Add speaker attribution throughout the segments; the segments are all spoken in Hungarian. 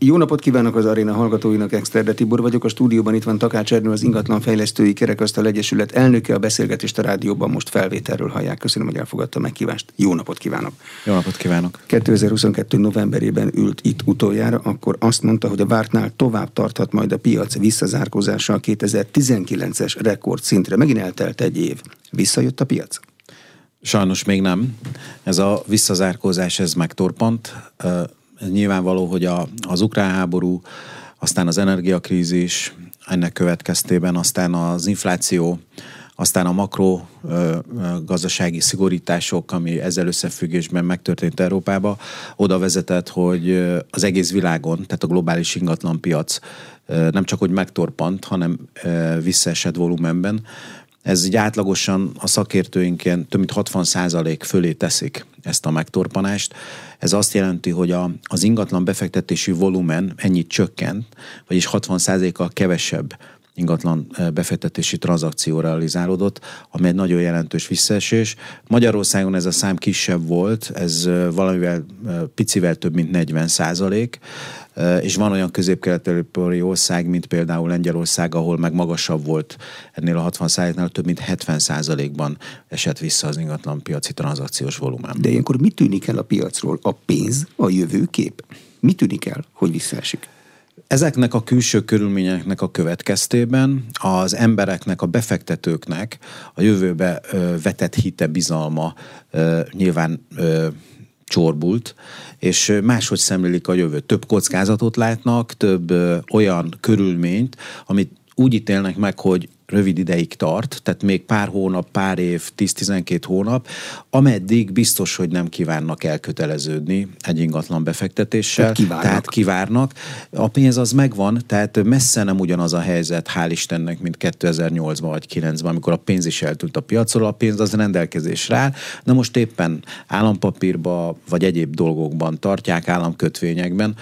Speaker 1: Jó napot kívánok az Aréna hallgatóinak, Exterde Tibor vagyok, a stúdióban itt van Takács Ernő, az Ingatlanfejlesztői Kerekasztal Egyesület elnöke, a beszélgetést a rádióban most felvételről hallják. Köszönöm, hogy elfogadta a meghívást. Jó napot kívánok!
Speaker 2: Jó napot kívánok!
Speaker 1: 2022. novemberében ült itt utoljára, akkor azt mondta, hogy a vártnál tovább tarthat majd a piac visszazárkózása a 2019-es rekordszintre. Megint eltelt egy év. Visszajött a piac?
Speaker 2: Sajnos még nem. Ez a visszazárkózás, ez megtorpant. Nyilvánvaló, hogy az ukrán háború, aztán az energiakrízis, ennek következtében aztán az infláció, aztán a makro gazdasági szigorítások, ami ezzel összefüggésben megtörtént Európában, oda vezetett, hogy az egész világon, tehát a globális ingatlanpiac nem csak hogy megtorpant, hanem visszaesett volumenben. Ez így átlagosan a szakértőink ilyen több mint 60% fölé teszik ezt a megtorpanást. Ez azt jelenti, hogy az ingatlan befektetési volumen ennyit csökkent, vagyis 60%-kal kevesebb ingatlan befektetési tranzakció realizálódott, ami egy nagyon jelentős visszaesés. Magyarországon ez a szám kisebb volt, ez valamivel picivel több mint 40%, és van olyan közép-kelet-európai ország, mint például Lengyelország, ahol meg magasabb volt ennél a 60%-nál, több mint 70%-ban esett vissza az ingatlanpiaci tranzakciós volumen.
Speaker 1: De ilyenkor mi tűnik el a piacról? A pénz, a jövőkép? Mi tűnik el, hogy visszaesik?
Speaker 2: Ezeknek a külső körülményeknek a következtében az embereknek, a befektetőknek a jövőbe vetett hite, bizalma nyilván csorbult, és máshogy szemlélik a jövőt. Több kockázatot látnak, több olyan körülményt, amit úgy ítélnek meg, hogy rövid ideig tart, tehát még pár hónap, pár év, 10-12 hónap, ameddig biztos, hogy nem kívánnak elköteleződni egy ingatlan befektetéssel. Tehát kivárnak. A pénz az megvan, tehát messze nem ugyanaz a helyzet, hál' Istennek, mint 2008-ban vagy 2009-ben, amikor a pénz is eltűnt a piacról, a pénz az rendelkezésre áll, de most éppen állampapírba vagy egyéb dolgokban tartják, államkötvényekben,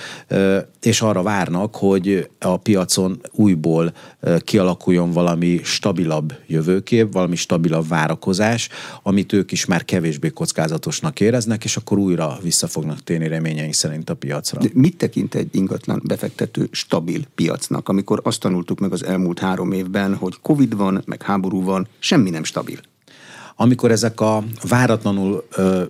Speaker 2: és arra várnak, hogy a piacon újból kialakuljon valami stabilabb jövőkép, valami stabilabb várakozás, amit ők is már kevésbé kockázatosnak éreznek, és akkor újra vissza fognak térni reményeink szerint a piacra.
Speaker 1: De mit tekint egy ingatlan befektető stabil piacnak, amikor azt tanultuk meg az elmúlt 3 évben, hogy Covid van, meg háború van, semmi nem stabil?
Speaker 2: Amikor ezek a váratlanul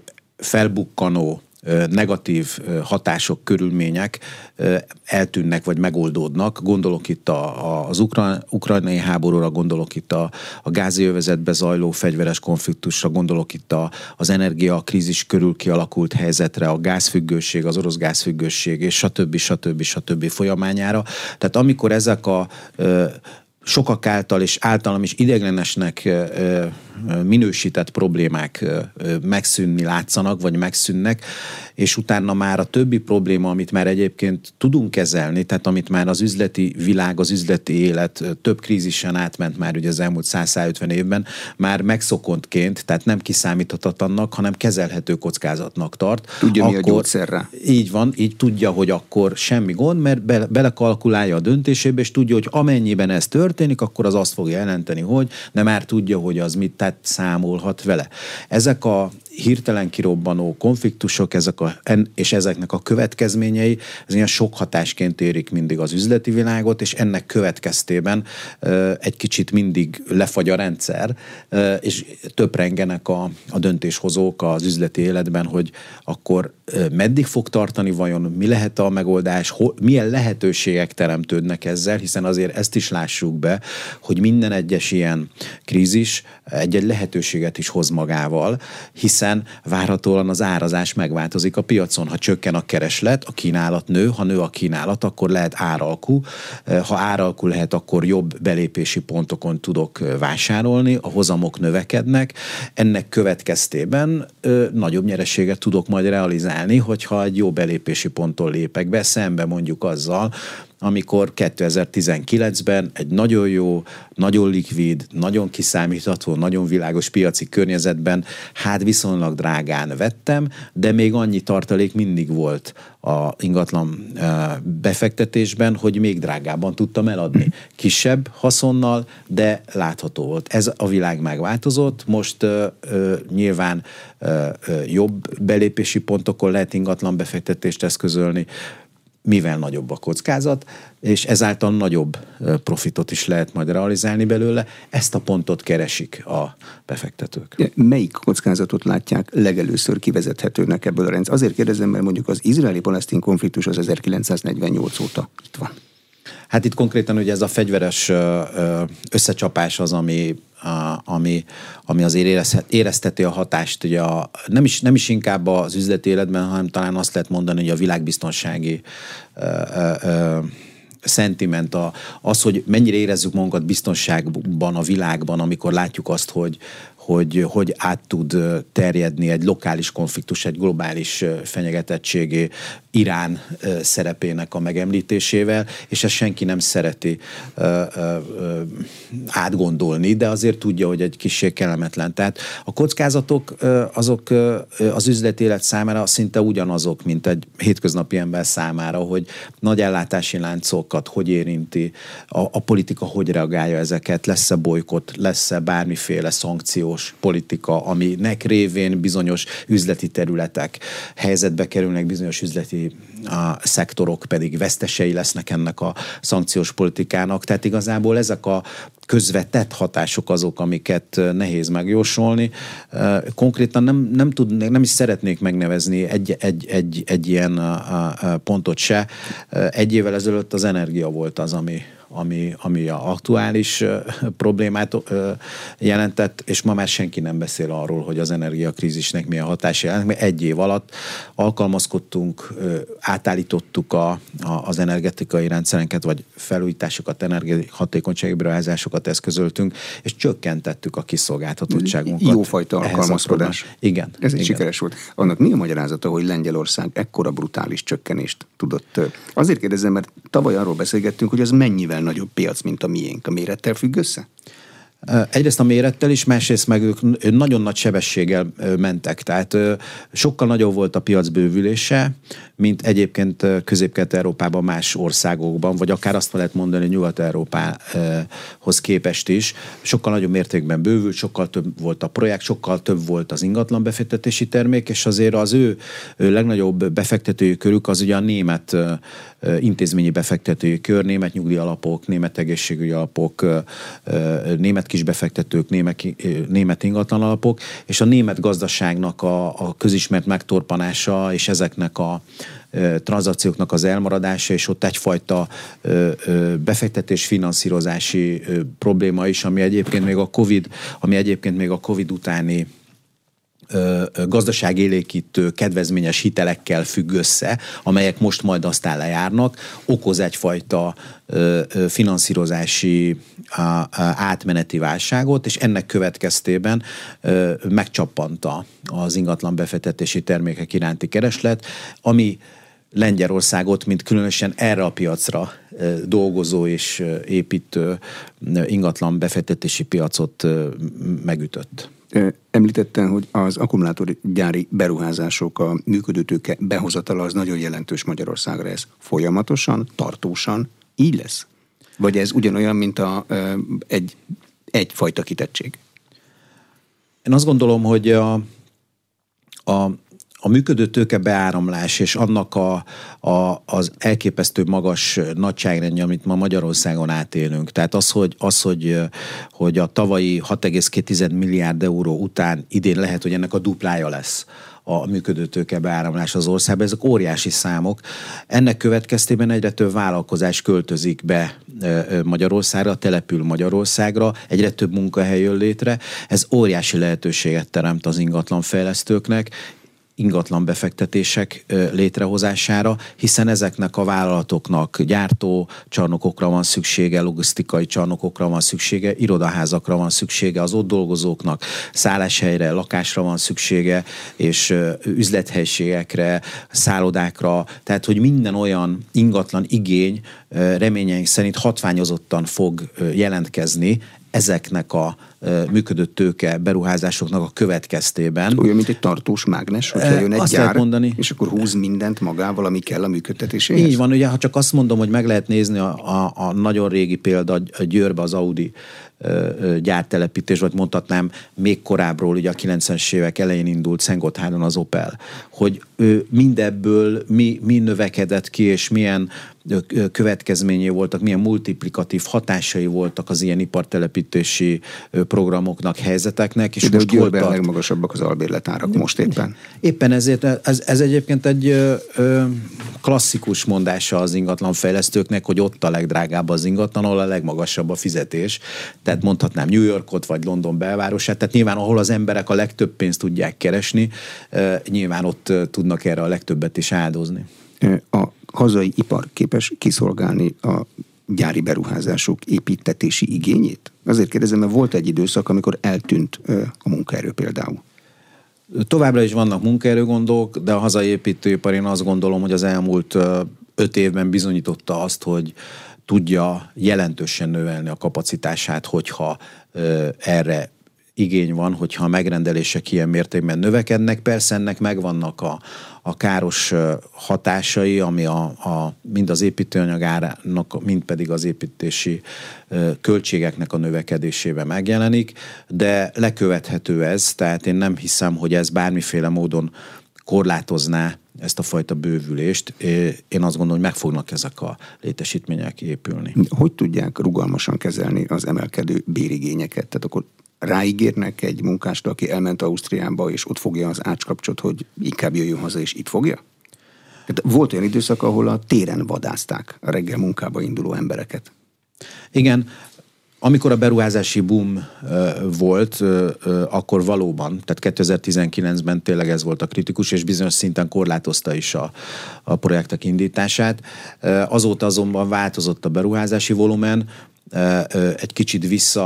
Speaker 2: felbukkanó negatív hatások, körülmények eltűnnek vagy megoldódnak. Gondolok itt az ukrajnai háborúra, gondolok itt a gázi övezetbe zajló fegyveres konfliktusra, gondolok itt az energiakrízis körül kialakult helyzetre, a gázfüggőség, az orosz gázfüggőség, és stb. Folyamányára. Tehát amikor ezek a sokak által és általam is ideiglenesnek minősített problémák megszűnni látszanak, vagy megszűnnek, és utána már a többi probléma, amit már egyébként tudunk kezelni, tehát amit már az üzleti világ, az üzleti élet több krízisen átment már ugye az elmúlt 100-150 évben, már megszokottként, tehát nem kiszámíthatatlannak, hanem kezelhető kockázatnak tart.
Speaker 1: Tudja, mi a gyógyszerre.
Speaker 2: Így van, így tudja, hogy akkor semmi gond, mert belekalkulálja a döntésébe, és tudja, hogy amennyiben ez történik, akkor az azt fogja jelenteni, hogy de már tudja, hogy az mit, tehát számolhat vele. Ezek a hirtelen kirobbanó konfliktusok, és ezeknek a következményei, ez ilyen sok hatásként érik mindig az üzleti világot, és ennek következtében egy kicsit mindig lefagy a rendszer, és töprengenek a döntéshozók az üzleti életben, hogy akkor meddig fog tartani vajon, mi lehet a megoldás, milyen lehetőségek teremtődnek ezzel, hiszen azért ezt is lássuk be, hogy minden egyes ilyen krízis egy lehetőséget is hoz magával, hiszen várhatóan az árazás megváltozik a piacon. Ha csökken a kereslet, a kínálat nő, ha nő a kínálat, akkor lehet áralkú. Ha áralkú lehet, akkor jobb belépési pontokon tudok vásárolni, a hozamok növekednek. Ennek következtében nagyobb nyereséget tudok majd realizálni, hogyha egy jó belépési ponton lépek be, szembe mondjuk azzal, amikor 2019-ben egy nagyon jó, nagyon likvid, nagyon kiszámítható, nagyon világos piaci környezetben viszonylag drágán vettem, de még annyi tartalék mindig volt a ingatlan befektetésben, hogy még drágábban tudtam eladni. Kisebb haszonnal, de látható volt. Ez a világ megváltozott, most nyilván jobb belépési pontokon lehet ingatlan befektetést eszközölni, mivel nagyobb a kockázat, és ezáltal nagyobb profitot is lehet majd realizálni belőle. Ezt a pontot keresik a befektetők.
Speaker 1: Melyik kockázatot látják legelőször kivezethetőnek ebből a rendszer? Azért kérdezem, mert mondjuk az izraeli-palesztin konfliktus az 1948 óta itt van.
Speaker 2: Hát itt konkrétan ugye ez a fegyveres összecsapás az, ami azért érezteti a hatást, ugye nem is inkább az üzleti életben, hanem talán azt lehet mondani, hogy a világbiztonsági szentiment, az, hogy mennyire érezzük magunkat biztonságban a világban, amikor látjuk azt, hogy át tud terjedni egy lokális konfliktus, egy globális fenyegetettségé Irán szerepének a megemlítésével, és ezt senki nem szereti átgondolni, de azért tudja, hogy egy kissé kellemetlen. Tehát a kockázatok azok az üzleti élet számára szinte ugyanazok, mint egy hétköznapi ember számára, hogy nagy ellátási láncokat hogy érinti, a politika hogy reagálja ezeket, lesz-e bolykott, lesz-e bármiféle szankciós politika, aminek révén bizonyos üzleti területek helyzetbe kerülnek, bizonyos üzleti szektorok pedig vesztesei lesznek ennek a szankciós politikának. Tehát igazából ezek a közvetett hatások azok, amiket nehéz megjósolni. Konkrétan nem is szeretnék megnevezni egy ilyen pontot se. Egy évvel ezelőtt az energia volt az, ami a aktuális problémát jelentett, és ma már senki nem beszél arról, hogy az energiakrízisnek milyen hatása jelent, mert egy év alatt alkalmazkodtunk, átállítottuk az energetikai rendszerünket, vagy felújításokat, energiahatékonysági beruházásokat eszközöltünk, és csökkentettük a kiszolgáltatottságunkat.
Speaker 1: Jófajta alkalmazkodás.
Speaker 2: Igen.
Speaker 1: Ez egy sikeres volt. Annak mi a magyarázata, hogy Lengyelország ekkora brutális csökkenést tudott? Azért kérdezem, mert tavaly arról beszélgettünk, hogy az mennyivel nagyobb piac, mint a miénk. A mérettel függ össze?
Speaker 2: Egyrészt a mérettel is, másrészt meg ők nagyon nagy sebességgel mentek. Tehát sokkal nagyobb volt a piac bővülése, mint egyébként Közép-Kelet-Európában más országokban, vagy akár azt lehet mondani Nyugat-Európához képest is. Sokkal nagyobb mértékben bővült, sokkal több volt a projekt, sokkal több volt az ingatlan befektetési termék, és azért az ő legnagyobb befektetői körük az ugye a német intézményi befektetői kör, német nyugdíjalapok, német egészségügyi alapok, német kisbefektetők, német ingatlan alapok, és a német gazdaságnak a közismert megtorpanása, és ezeknek a tranzakcióknak az elmaradása, és ott egyfajta befektetés finanszírozási probléma is, ami egyébként még a Covid utáni gazdaságélénkítő kedvezményes hitelekkel függ össze, amelyek most majd aztán lejárnak, okoz egyfajta finanszírozási átmeneti válságot, és ennek következtében megcsappanta az ingatlan befektetési termékek iránti kereslet, ami Lengyelországot, mint különösen erre a piacra dolgozó és építő ingatlan befektetési piacot megütött.
Speaker 1: Említettem, hogy az akkumulátorgyári beruházások, a működőtőke behozatala az nagyon jelentős Magyarországra. Ez folyamatosan, tartósan így lesz? Vagy ez ugyanolyan, mint egyfajta kitettség?
Speaker 2: Én azt gondolom, hogy a működő tőke beáramlás és annak az elképesztő magas nagyságrendje, amit ma Magyarországon átélünk. Tehát hogy a tavalyi 6,2 milliárd euró után idén lehet, hogy ennek a duplája lesz a működő tőke beáramlás az országban. Ezek óriási számok. Ennek következtében egyre több vállalkozás költözik be Magyarországra, települ Magyarországra, egyre több munkahely jön létre. Ez óriási lehetőséget teremt az ingatlanfejlesztőknek, ingatlan befektetések létrehozására, hiszen ezeknek a vállalatoknak gyártócsarnokokra van szüksége, logisztikai csarnokokra van szüksége, irodaházakra van szüksége, az ott dolgozóknak szálláshelyre, lakásra van szüksége, és üzlethelyiségekre, szállodákra, tehát hogy minden olyan ingatlan igény reményeink szerint hatványozottan fog jelentkezni ezeknek a működő tőke beruházásoknak a következtében.
Speaker 1: Olyan, mint egy tartós mágnes, hogyha jön egy gyár, és akkor húz mindent magával, ami kell a működtetéséhez.
Speaker 2: Így van, ugye, ha csak azt mondom, hogy meg lehet nézni a nagyon régi példa, a Győrbe az Audi gyártelepítés, vagy mondhatnám még korábbról, ugye a 90-es évek elején indult Szentgotthárdan az Opel, hogy mindebből mi növekedett ki, és milyen következményei voltak, milyen multiplikatív hatásai voltak az ilyen ipartelepítési programoknak, helyzeteknek. És
Speaker 1: most Győrben a legmagasabbak az albérletárak most éppen.
Speaker 2: Éppen ezért ez egyébként egy klasszikus mondása az ingatlanfejlesztőknek, hogy ott a legdrágább az ingatlan, ahol a legmagasabb a fizetés. Tehát mondhatnám New Yorkot, vagy London belvárosát. Tehát nyilván, ahol az emberek a legtöbb pénzt tudják keresni, nyilván ott tudnak erre a legtöbbet is áldozni.
Speaker 1: A hazai ipar képes kiszolgálni a gyári beruházások építetési igényét? Azért kérdezem, mert volt egy időszak, amikor eltűnt a munkaerő például.
Speaker 2: Továbbra is vannak munkaerőgondok, de a hazai építőipar, én azt gondolom, hogy az elmúlt 5 évben bizonyította azt, hogy tudja jelentősen növelni a kapacitását, hogyha erre igény van, hogyha a megrendelések ilyen mértékben növekednek. Persze ennek megvannak a káros hatásai, ami mind az építőanyag árának, mind pedig az építési költségeknek a növekedésében megjelenik, de lekövethető ez, tehát én nem hiszem, hogy ez bármiféle módon korlátozná ezt a fajta bővülést. Én azt gondolom, hogy meg fognak ezek a létesítmények épülni.
Speaker 1: Hogy tudják rugalmasan kezelni az emelkedő bérigényeket? Tehát akkor ráígérnek egy munkást, aki elment Ausztriába, és ott fogja az ácskapcsot, hogy inkább jöjjön haza, és itt fogja? Volt olyan időszak, ahol a téren vadázták a reggel munkába induló embereket.
Speaker 2: Igen, amikor a beruházási boom volt, akkor valóban, tehát 2019-ben tényleg ez volt a kritikus, és bizonyos szinten korlátozta is a projektek indítását. Azóta azonban változott a beruházási volumen, egy kicsit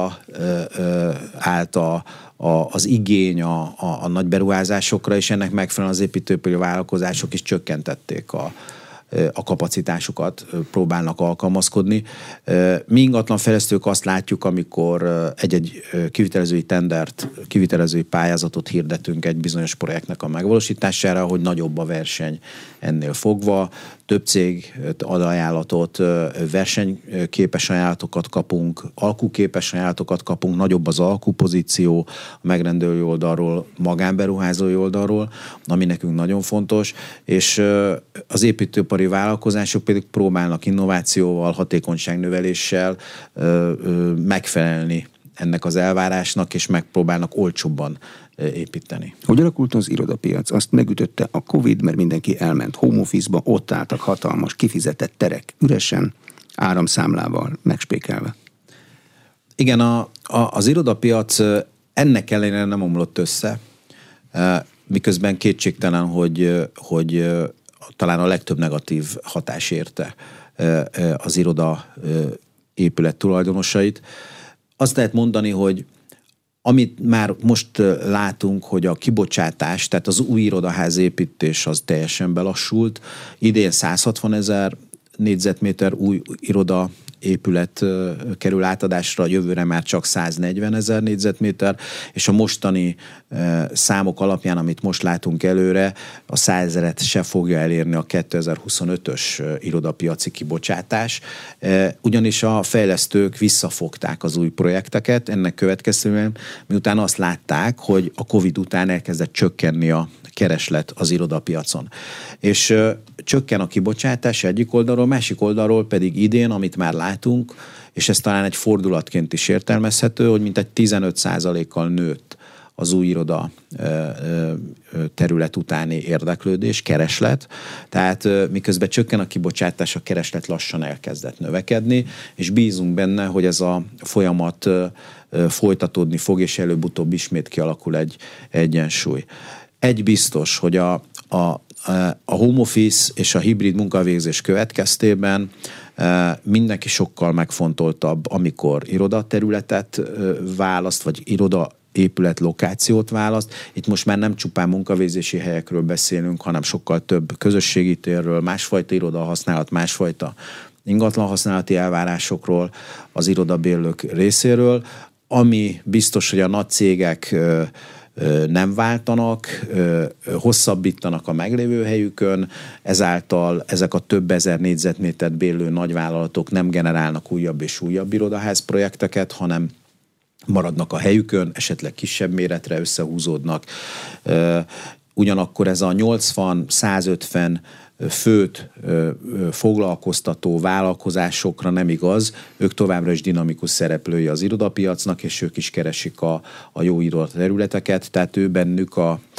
Speaker 2: visszaállt az igény a nagy beruházásokra, és ennek megfelelően az építőipari vállalkozások is csökkentették a kapacitásukat, próbálnak alkalmazkodni. Mi ingatlanfejlesztők azt látjuk, amikor egy kivitelezői tendert, kivitelezői pályázatot hirdetünk egy bizonyos projektnek a megvalósítására, hogy nagyobb a verseny ennél fogva, több cég ad ajánlatot, versenyképes ajánlatokat kapunk, alkuképes ajánlatokat kapunk, nagyobb az alkupozíció a megrendelői oldalról, magánberuházói oldalról, ami nekünk nagyon fontos, és az építőipari vállalkozások pedig próbálnak innovációval, hatékonyságnöveléssel megfelelni ennek az elvárásnak, és megpróbálnak olcsóbban építeni.
Speaker 1: Hogy alakult az irodapiac? Azt megütötte a Covid, mert mindenki elment home office-ba, ott álltak hatalmas, kifizetett terek üresen, áramszámlával megspékelve.
Speaker 2: Igen, az irodapiac ennek ellenére nem omlott össze, miközben kétségtelen, hogy talán a legtöbb negatív hatás érte az iroda épület tulajdonosait. Azt lehet mondani, hogy amit már most látunk, hogy a kibocsátás, tehát az új irodaház építés az teljesen belassult. Idén 160 000 négyzetméter új iroda épület kerül átadásra, jövőre már csak 140 000 négyzetméter, és a mostani számok alapján, amit most látunk előre, a 100 000-et se fogja elérni a 2025-ös irodapiaci kibocsátás, ugyanis a fejlesztők visszafogták az új projekteket, ennek következtében miután azt látták, hogy a Covid után elkezdett csökkenni a kereslet az irodapiacon. És csökken a kibocsátás egyik oldalról, másik oldalról pedig idén, amit már látunk, és ez talán egy fordulatként is értelmezhető, hogy mintegy 15%-kal nőtt az új iroda terület utáni érdeklődés, kereslet. Tehát miközben csökken a kibocsátás, a kereslet lassan elkezdett növekedni, és bízunk benne, hogy ez a folyamat folytatódni fog, és előbb-utóbb ismét kialakul egy egyensúly. Egy biztos, hogy a home office és a hibrid munkavégzés következtében mindenki sokkal megfontoltabb, amikor irodaterületet választ, vagy irodaépület lokációt választ. Itt most már nem csupán munkavégzési helyekről beszélünk, hanem sokkal több közösségi térről, másfajta irodahasználat, másfajta ingatlanhasználati elvárásokról, az irodabérlők részéről, ami biztos, hogy a nagy cégek nem váltanak, hosszabbítanak a meglévő helyükön, ezáltal ezek a több ezer négyzetmétert bérlő nagyvállalatok nem generálnak újabb és újabb irodaház projekteket, hanem maradnak a helyükön, esetleg kisebb méretre összehúzódnak. Ugyanakkor ez a 80-150 főt foglalkoztató vállalkozásokra nem igaz, ők továbbra is dinamikus szereplői az irodapiacnak, és ők is keresik a jó irodaterületeket, tehát ő bennük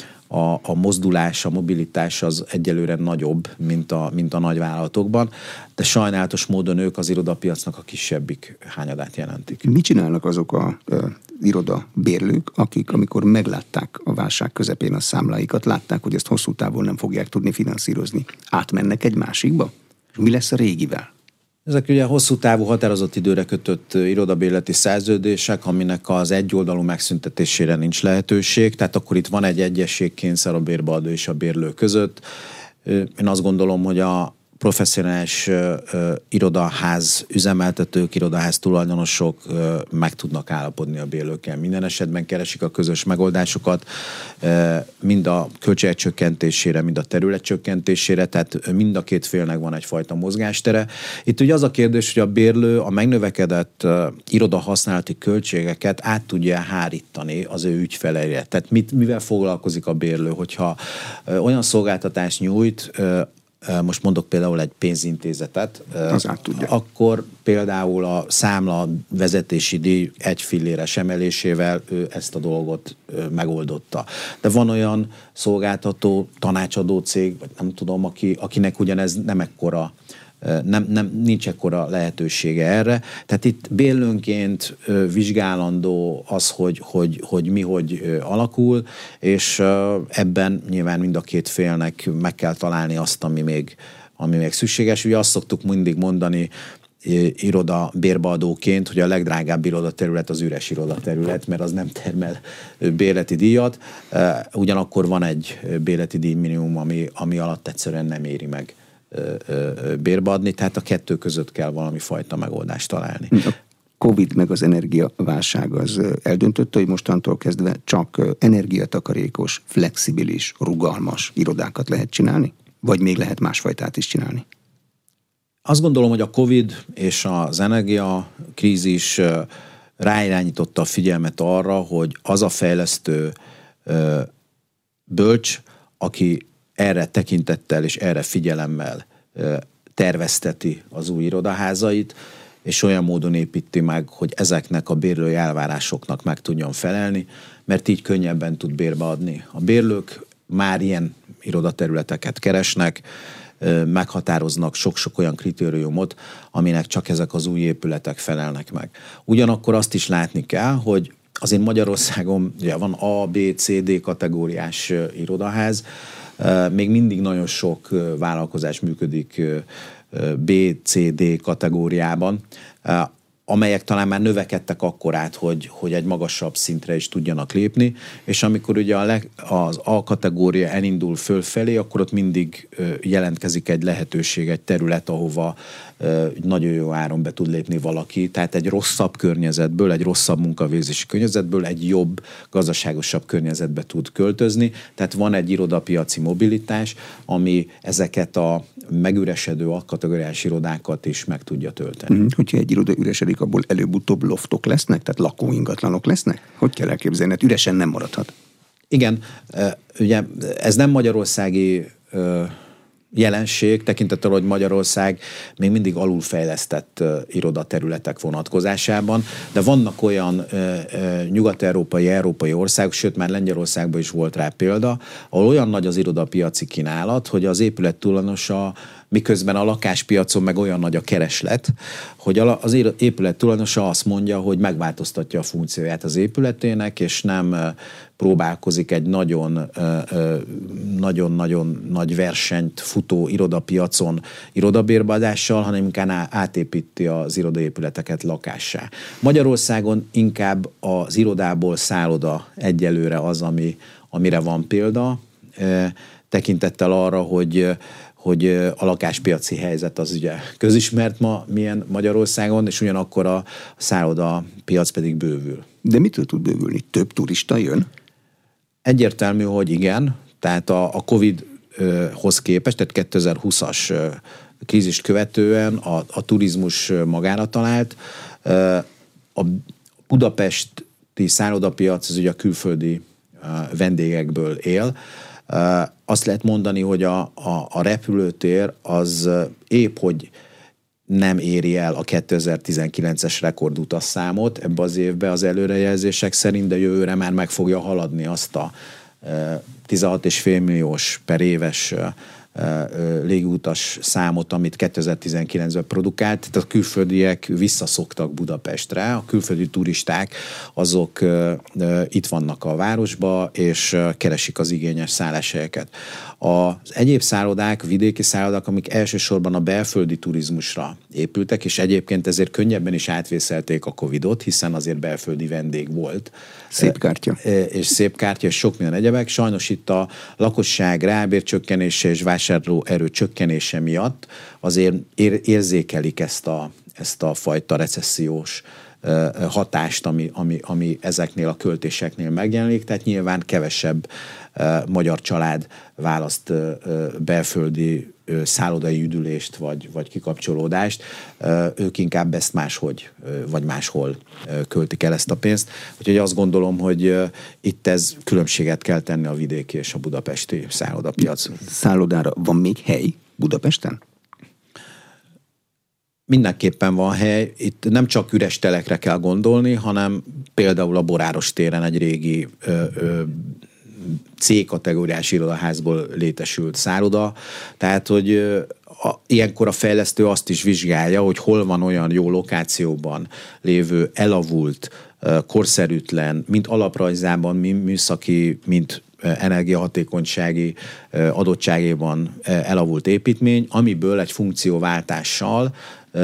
Speaker 2: a mozdulás, a mobilitás az egyelőre nagyobb, mint a nagyvállalatokban, de sajnálatos módon ők az irodapiacnak a kisebbik hányadát jelentik.
Speaker 1: Mit csinálnak azok a irodabérlők, akik amikor meglátták a válság közepén a számláikat, látták, hogy ezt hosszú távon nem fogják tudni finanszírozni? Átmennek egy másikba? Mi lesz a régivel?
Speaker 2: Ezek ugye hosszú távú határozott időre kötött irodabérleti szerződések, aminek az egyoldalú megszüntetésére nincs lehetőség, tehát akkor itt van egy egyességkényszer a bérbeadó és a bérlő között. Én azt gondolom, hogy a professzionális irodaház üzemeltetők, irodaház tulajdonosok meg tudnak állapodni a bérlőkkel. Minden esetben keresik a közös megoldásokat, mind a költségek csökkentésére, mind a terület csökkentésére, tehát mind a két félnek van egyfajta mozgástere. Itt ugye az a kérdés, hogy a bérlő a megnövekedett irodahasználati költségeket át tudja hárítani az ő ügyfeleire. Tehát mivel foglalkozik a bérlő, hogyha olyan szolgáltatást nyújt, most mondok például egy pénzintézetet, akkor például a számla vezetési díj 1 filléres emelésével ő ezt a dolgot megoldotta. De van olyan szolgáltató, tanácsadó cég, vagy nem tudom, akinek ugyanez nem ekkora, nincs ekkora lehetősége erre. Tehát itt bérlőnként vizsgálandó az, hogy mi hogy alakul, és ebben nyilván mind a két félnek meg kell találni azt, ami még szükséges. Ugye azt szoktuk mindig mondani iroda bérbeadóként, hogy a legdrágább irodaterület az üres irodaterület, mert az nem termel bérleti díjat. Ugyanakkor van egy bérleti díj minimum, ami alatt egyszerűen nem éri meg bérbeadni, tehát a kettő között kell valami fajta megoldást találni.
Speaker 1: A Covid meg az energiaválság az eldöntötte, hogy mostantól kezdve csak energiatakarékos, flexibilis, rugalmas irodákat lehet csinálni? Vagy még lehet másfajtát is csinálni?
Speaker 2: Azt gondolom, hogy a Covid és az energiakrízis ráirányította a figyelmet arra, hogy az a fejlesztő bölcs, aki erre tekintettel és erre figyelemmel tervezteti az új irodaházait, és olyan módon építi meg, hogy ezeknek a bérlői elvárásoknak meg tudjon felelni, mert így könnyebben tud bérbeadni. A bérlők már ilyen irodaterületeket keresnek, meghatároznak sok-sok olyan kritériumot, aminek csak ezek az új épületek felelnek meg. Ugyanakkor azt is látni kell, hogy azért Magyarországon ugye van A, B, C, D kategóriás irodaház, még mindig nagyon sok vállalkozás működik B, C, D kategóriában, amelyek talán már növekedtek akkorát, hogy egy magasabb szintre is tudjanak lépni, és amikor ugye az A kategória elindul fölfelé, akkor ott mindig jelentkezik egy lehetőség, egy terület, ahova nagyon jó áron be tud lépni valaki, tehát egy rosszabb környezetből, egy rosszabb munkavégzési környezetből egy jobb, gazdaságosabb környezetbe tud költözni, tehát van egy irodapiaci mobilitás, ami ezeket a megüresedő alkategóriás irodákat is meg tudja tölteni.
Speaker 1: Hogyha egy iroda üresedik, abból előbb-utóbb loftok lesznek, tehát lakóingatlanok lesznek? Hogy kell elképzelni? Hát üresen nem maradhat.
Speaker 2: Igen, ugye ez nem magyarországi jelenség, tekintettel, hogy Magyarország még mindig alulfejlesztett irodaterületek vonatkozásában, de vannak olyan nyugat-európai országok, sőt már Lengyelországban is volt rá példa, ahol olyan nagy az irodapiaci kínálat, hogy az épület tulajdonosa, miközben a lakáspiacon meg olyan nagy a kereslet, hogy az épület tulajdonosa azt mondja, hogy megváltoztatja a funkcióját az épületének, és nem próbálkozik egy nagyon-nagyon nagy versenyt futó irodapiacon irodabérbeadással, hanem inkább átépíti az irodaépületeket lakássá. Magyarországon inkább az irodából szálloda egyelőre az, amire van példa, tekintettel arra, hogy a lakáspiaci helyzet az ugye közismert ma milyen Magyarországon, és ugyanakkor a szállodapiac pedig bővül.
Speaker 1: De mitől tud bővülni? Több turista jön?
Speaker 2: Egyértelmű, hogy igen. Tehát a Covid-hoz képest, tehát 2020-as krízist követően a turizmus magára talált. A Budapest szállodapiac az ugye a külföldi vendégekből él. Azt lehet mondani, hogy a repülőtér az épp, hogy nem éri el a 2019-es rekordutasszámot ebbe az évbe az előrejelzések szerint, de jövőre már meg fogja haladni azt a 16,5 milliós per éves légiutas számot, amit 2019-ben produkált. Tehát a külföldiek visszaszoktak Budapestre, a külföldi turisták azok itt vannak a városba, és keresik az igényes szálláshelyeket. Az egyéb szállodák, vidéki szállodák, amik elsősorban a belföldi turizmusra épültek, és egyébként ezért könnyebben is átvészelték a Covidot, hiszen azért belföldi vendég volt.
Speaker 1: Szép kártya.
Speaker 2: És szép kártya, és sok minden egyebek. Sajnos itt a lakosság reálbércsökkenése és vásárlóerő csökkenése miatt azért érzékelik ezt a fajta recessziós hatást, ami ezeknél a költéseknél megjelenik, tehát nyilván kevesebb magyar család választ belföldi szállodai üdülést vagy kikapcsolódást, ők inkább ezt máshogy, vagy máshol költik el ezt a pénzt. Úgyhogy azt gondolom, hogy itt ez különbséget kell tenni a vidéki és a budapesti szállodapiac.
Speaker 1: Szállodára van még hely Budapesten?
Speaker 2: Mindenképpen van hely. Itt nem csak üres telekre kell gondolni, hanem például a Boráros téren egy régi C-kategóriás irodaházból létesült szálloda. Tehát, hogy ilyenkor a fejlesztő azt is vizsgálja, hogy hol van olyan jó lokációban lévő, elavult, korszerűtlen, mint alaprajzában, mint műszaki, mint energiahatékonysági adottságében elavult építmény, amiből egy funkcióváltással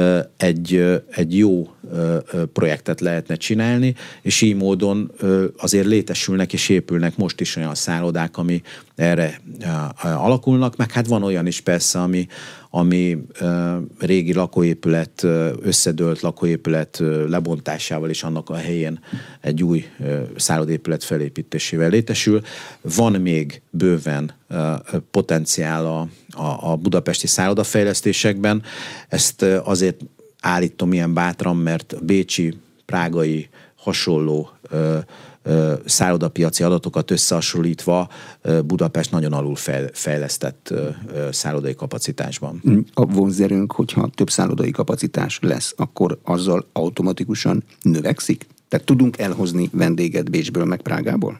Speaker 2: egy jó projektet lehetne csinálni, és így módon azért létesülnek és épülnek most is olyan szállodák, ami erre alakulnak, meg hát van olyan is persze, ami régi lakóépület, összedőlt lakóépület lebontásával és annak a helyén egy új szállodépület felépítésével létesül. Van még bőven potenciál a budapesti szállodafejlesztésekben. Ezt azért állítom ilyen bátran, mert bécsi, prágai hasonló szállodapiaci adatokat összehasonlítva Budapest nagyon alul fejlesztett szállodai kapacitásban.
Speaker 1: A vonzerőnk, hogyha több szállodai kapacitás lesz, akkor azzal automatikusan növekszik? Tehát tudunk elhozni vendéget Bécsből meg Prágából?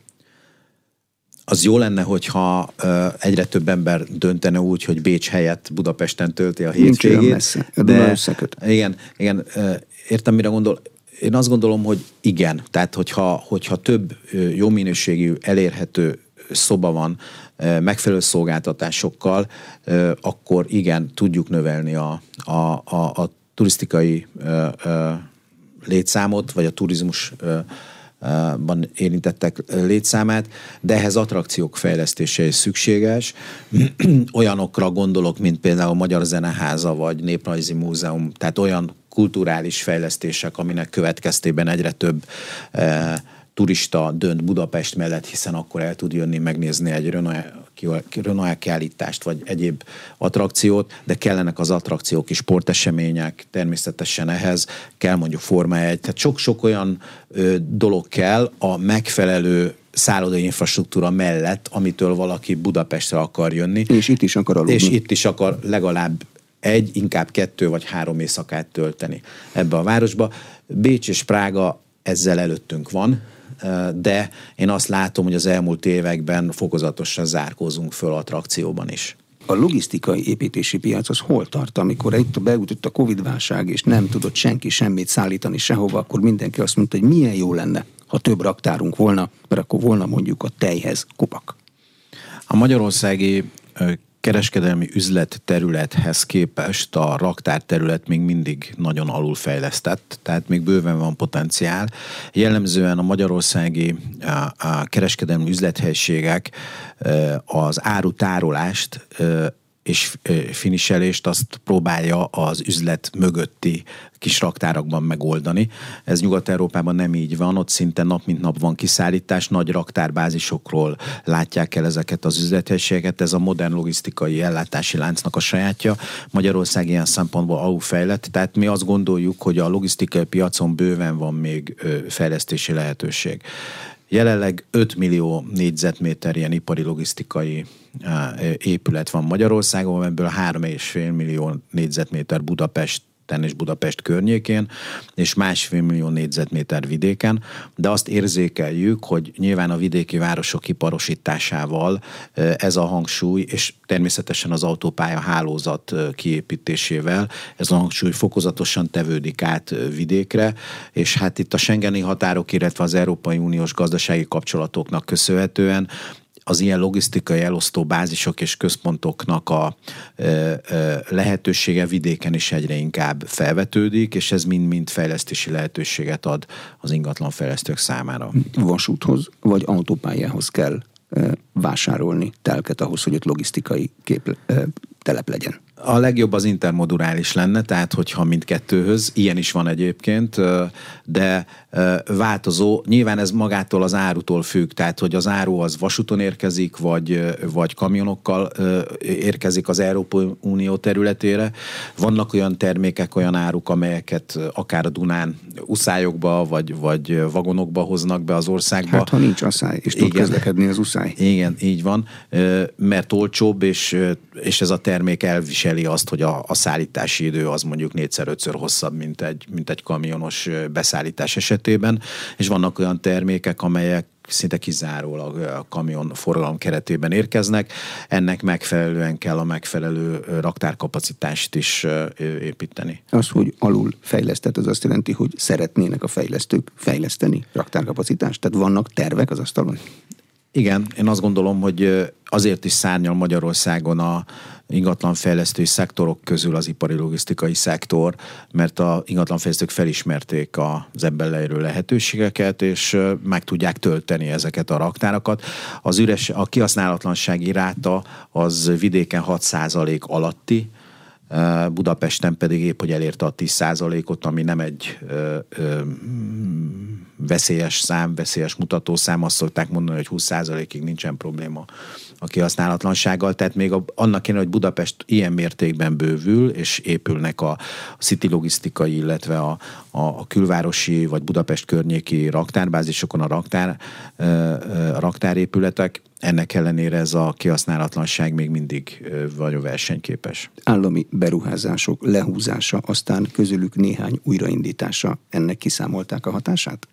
Speaker 2: Az jó lenne, hogyha egyre több ember döntene úgy, hogy Bécs helyett Budapesten tölti a hétvégét.
Speaker 1: Nincs messze, a Duna összeköt.
Speaker 2: Igen, értem, mire gondol. Én azt gondolom, hogy igen. Tehát, hogyha több jó minőségű, elérhető szoba van megfelelő szolgáltatásokkal, akkor igen, tudjuk növelni a turisztikai létszámot, vagy a turizmusban érintettek létszámát, de ehhez attrakciók fejlesztése is szükséges. Olyanokra gondolok, mint például a Magyar Zeneháza, vagy Néprajzi Múzeum, tehát olyan kulturális fejlesztések, aminek következtében egyre több turista dönt Budapest mellett, hiszen akkor el tud jönni megnézni egy Renault kiállítást, vagy egyéb attrakciót, de kellenek az attrakciók és sportesemények, természetesen ehhez kell mondjuk Forma 1, tehát sok-sok olyan dolog kell a megfelelő szállodai infrastruktúra mellett, amitől valaki Budapestre akar jönni.
Speaker 1: És itt is akar aludni.
Speaker 2: És itt is akar legalább inkább 2 vagy 3 éjszakát tölteni ebbe a városba. Bécs és Prága ezzel előttünk van, de én azt látom, hogy az elmúlt években fokozatosan zárkózunk föl attrakcióban is.
Speaker 1: A logisztikai építési piac az hol tart? Amikor itt beütött a Covid-válság, és nem tudott senki semmit szállítani sehova, akkor mindenki azt mondta, hogy milyen jó lenne, ha több raktárunk volna, mert akkor volna mondjuk a tejhez kupak.
Speaker 3: A magyarországi kereskedelmi üzletterülethez képest a raktárterület még mindig nagyon alulfejlesztett, tehát még bőven van potenciál. Jellemzően a magyarországi a kereskedelmi üzlethelyiségek az árutárolást és finiselést azt próbálja az üzlet mögötti kis raktárakban megoldani. Ez Nyugat-Európában nem így van, ott szinte nap mint nap van kiszállítás, nagy raktárbázisokról látják el ezeket az üzlethelyiségeket, ez a modern logisztikai ellátási láncnak a sajátja. Magyarország ilyen szempontból alulfejlett, tehát mi azt gondoljuk, hogy a logisztikai piacon bőven van még fejlesztési lehetőség. Jelenleg 5 millió négyzetméter ilyen ipari logisztikai épület van Magyarországon, ebből 3,5 millió négyzetméter Budapesten és Budapest környékén, és 1,5 millió négyzetméter vidéken, de azt érzékeljük, hogy nyilván a vidéki városok iparosításával ez a hangsúly, és természetesen az autópálya hálózat kiépítésével ez a hangsúly fokozatosan tevődik át vidékre, és hát itt a schengeni határok, illetve az Európai Uniós gazdasági kapcsolatoknak köszönhetően az ilyen logisztikai elosztó bázisok és központoknak a lehetősége vidéken is egyre inkább felvetődik, és ez mind-mind fejlesztési lehetőséget ad az ingatlanfejlesztők számára.
Speaker 1: Vasúthoz vagy autópályához kell vásárolni telket ahhoz, hogy ott logisztikai telep legyen?
Speaker 3: A legjobb az intermodulális lenne, tehát hogyha mindkettőhöz, ilyen is van egyébként, de változó, nyilván ez magától az árutól függ, tehát hogy az áru az vasúton érkezik, vagy kamionokkal érkezik az Európai Unió területére. Vannak olyan termékek, olyan áruk, amelyeket akár a Dunán uszályokba, vagy vagonokba hoznak be az országba.
Speaker 1: Hát ha nincs asszály, és tud közlekedni az uszály.
Speaker 3: Igen, így van, mert olcsóbb, és ez a termék elviseli azt, hogy a szállítási idő az mondjuk 4-5-ször hosszabb, mint egy kamionos beszállítás esetében, és vannak olyan termékek, amelyek szinte kizárólag a kamion forgalom keretében érkeznek. Ennek megfelelően kell a megfelelő raktárkapacitást is építeni.
Speaker 1: Az, hogy alul fejlesztett, az azt jelenti, hogy szeretnének a fejlesztők fejleszteni raktárkapacitást? Tehát vannak tervek az asztalon?
Speaker 3: Igen, én azt gondolom, hogy azért is szárnyal Magyarországon a ingatlanfejlesztői szektorok közül az ipari logisztikai szektor, mert a ingatlanfejlesztők felismerték az ebben leérő lehetőségeket, és meg tudják tölteni ezeket a raktárakat. A kihasználatlansági ráta az vidéken 6% alatti, Budapesten pedig épp, hogy elérte a 10%-ot, ami nem egy veszélyes mutatószám, azt szokták mondani, hogy 20%-ig nincsen probléma a kihasználatlansággal, tehát még annak kéne, hogy Budapest ilyen mértékben bővül, és épülnek a city logisztikai, illetve a külvárosi vagy Budapest környéki raktárbázisokon a raktárépületek, ennek ellenére ez a kihasználatlanság még mindig vagy versenyképes.
Speaker 1: Állami beruházások lehúzása, aztán közülük néhány újraindítása, ennek kiszámolták a hatását?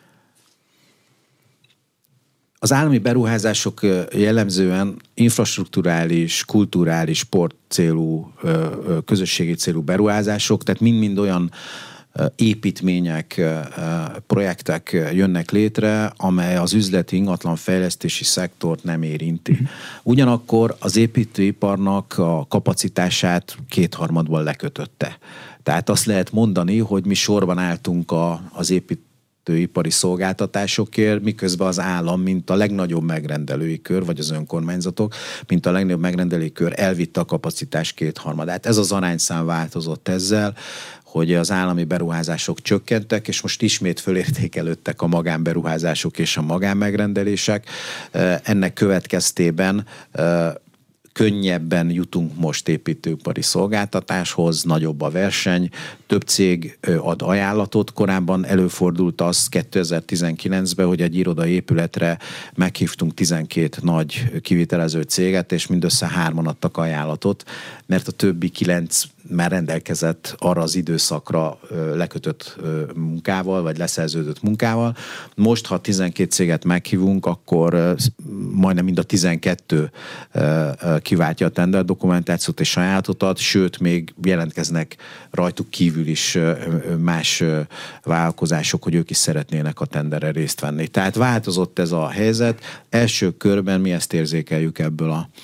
Speaker 3: Az állami beruházások jellemzően infrastrukturális, kulturális, sportcélú, közösségi célú beruházások, tehát mind-mind olyan építmények, projektek jönnek létre, amely az üzleti ingatlanfejlesztési szektort nem érinti. Ugyanakkor az építőiparnak a kapacitását 2/3 lekötötte. Tehát azt lehet mondani, hogy mi sorban álltunk az építőipari szolgáltatásokért, miközben az állam, mint a legnagyobb megrendelői kör, vagy az önkormányzatok, mint a legnagyobb megrendelői kör elvitte a kapacitás 2/3. Ez az arányszám változott ezzel, hogy az állami beruházások csökkentek, és most ismét fölértékelődtek a magánberuházások és a magánmegrendelések. Ennek következtében könnyebben jutunk most építőipari szolgáltatáshoz, nagyobb a verseny, több cég ad ajánlatot. Korábban előfordult az 2019-ben, hogy egy irodai épületre meghívtunk 12 nagy kivitelező céget, és mindössze 3 adtak ajánlatot, mert a többi 9 már rendelkezett arra az időszakra lekötött munkával, vagy leszerződött munkával. Most, ha 12 céget meghívunk, akkor majdnem mind a 12 kiváltja a tender dokumentációt és ajánlatot ad, sőt, még jelentkeznek rajtuk kívül is más vállalkozások, hogy ők is szeretnének a tenderre részt venni. Tehát változott ez a helyzet. Első körben mi ezt érzékeljük ebből a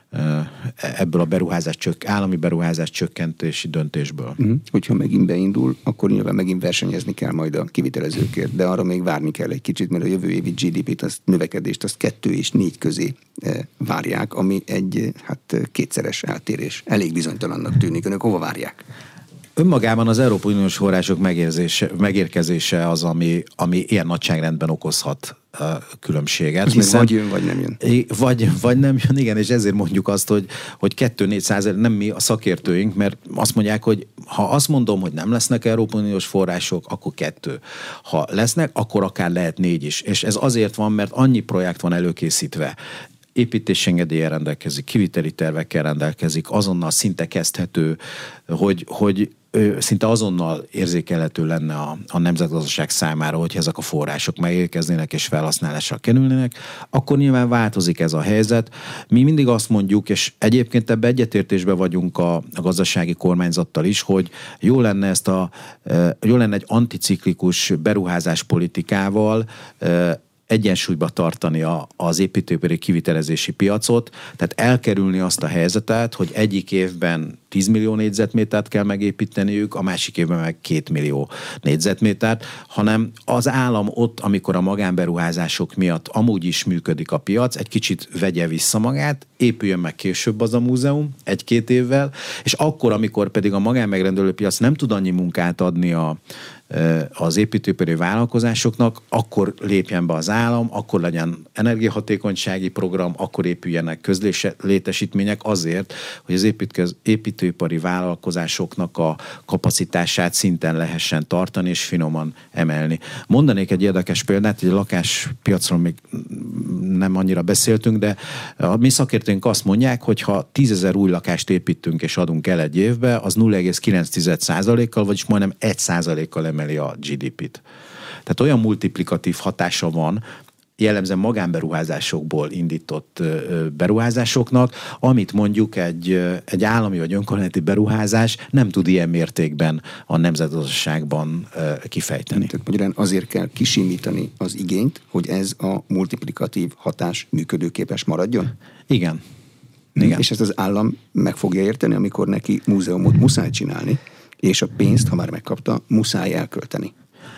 Speaker 3: ebből a állami beruházás csökkentési döntésből.
Speaker 1: Hogyha megint beindul, akkor nyilván megint versenyezni kell majd a kivitelezőkért, de arra még várni kell egy kicsit, mert a jövő évi GDP-t, azt növekedést, azt 2 és 4 közé várják, ami egy kétszeres eltérés. Elég bizonytalannak tűnik. Önök hova várják?
Speaker 3: Önmagában az Európai Uniós források megérkezése az, ami ilyen nagyságrendben okozhat különbséget.
Speaker 1: Ez hiszen, vagy jön, vagy nem jön.
Speaker 3: Vagy nem jön, igen, és ezért mondjuk azt, hogy 2-400, nem mi a szakértőink, mert azt mondják, hogy ha azt mondom, hogy nem lesznek Európai Uniós források, akkor 2. Ha lesznek, akkor akár lehet 4 is. És ez azért van, mert annyi projekt van előkészítve, építési engedéllyel rendelkezik, kiviteli tervekkel rendelkezik, azonnal szinte kezdhető, hogy szinte azonnal érzékelhető lenne a nemzetgazdaság számára, hogy ezek a források megérkeznének és felhasználásra kerülnének, akkor nyilván változik ez a helyzet. Mi mindig azt mondjuk, és egyébként ebbe egyetértésben vagyunk a gazdasági kormányzattal is, hogy jó lenne egy anticiklikus beruházáspolitikával egyensúlyba tartani az építőipari kivitelezési piacot, tehát elkerülni azt a helyzetet, hogy egyik évben 10 millió négyzetmétert kell megépíteniük, a másik évben meg 2 millió négyzetmétert, hanem az állam ott, amikor a magánberuházások miatt amúgy is működik a piac, egy kicsit vegye vissza magát, épüljön meg később az a múzeum, 1-2 évvel, és akkor, amikor pedig a magánmegrendelő piac nem tud annyi munkát adni az építőipari vállalkozásoknak, akkor lépjen be az állam, akkor legyen energiahatékonysági program, akkor épüljenek közlétesítmények azért, hogy az építőipari vállalkozásoknak a kapacitását szinten lehessen tartani és finoman emelni. Mondanék egy érdekes példát, hogy a lakáspiacról még nem annyira beszéltünk, de a mi szakértőink azt mondják, hogy ha 10 000 új lakást építünk és adunk el egy évbe, az 0,9%-kal, vagyis majdnem 1%-kal emeli a GDP-t. Tehát olyan multiplikatív hatása van, jellemzően magánberuházásokból indított beruházásoknak, amit mondjuk egy állami vagy önkormányzati beruházás nem tud ilyen mértékben a nemzetgazdaságban kifejteni.
Speaker 1: Tehát magyarán azért kell kisimítani az igényt, hogy ez a multiplikatív hatás működőképes maradjon?
Speaker 3: Igen. Igen.
Speaker 1: És ezt az állam meg fogja érteni, amikor neki múzeumot muszáj csinálni, és a pénzt, ha már megkapta, muszáj elkölteni.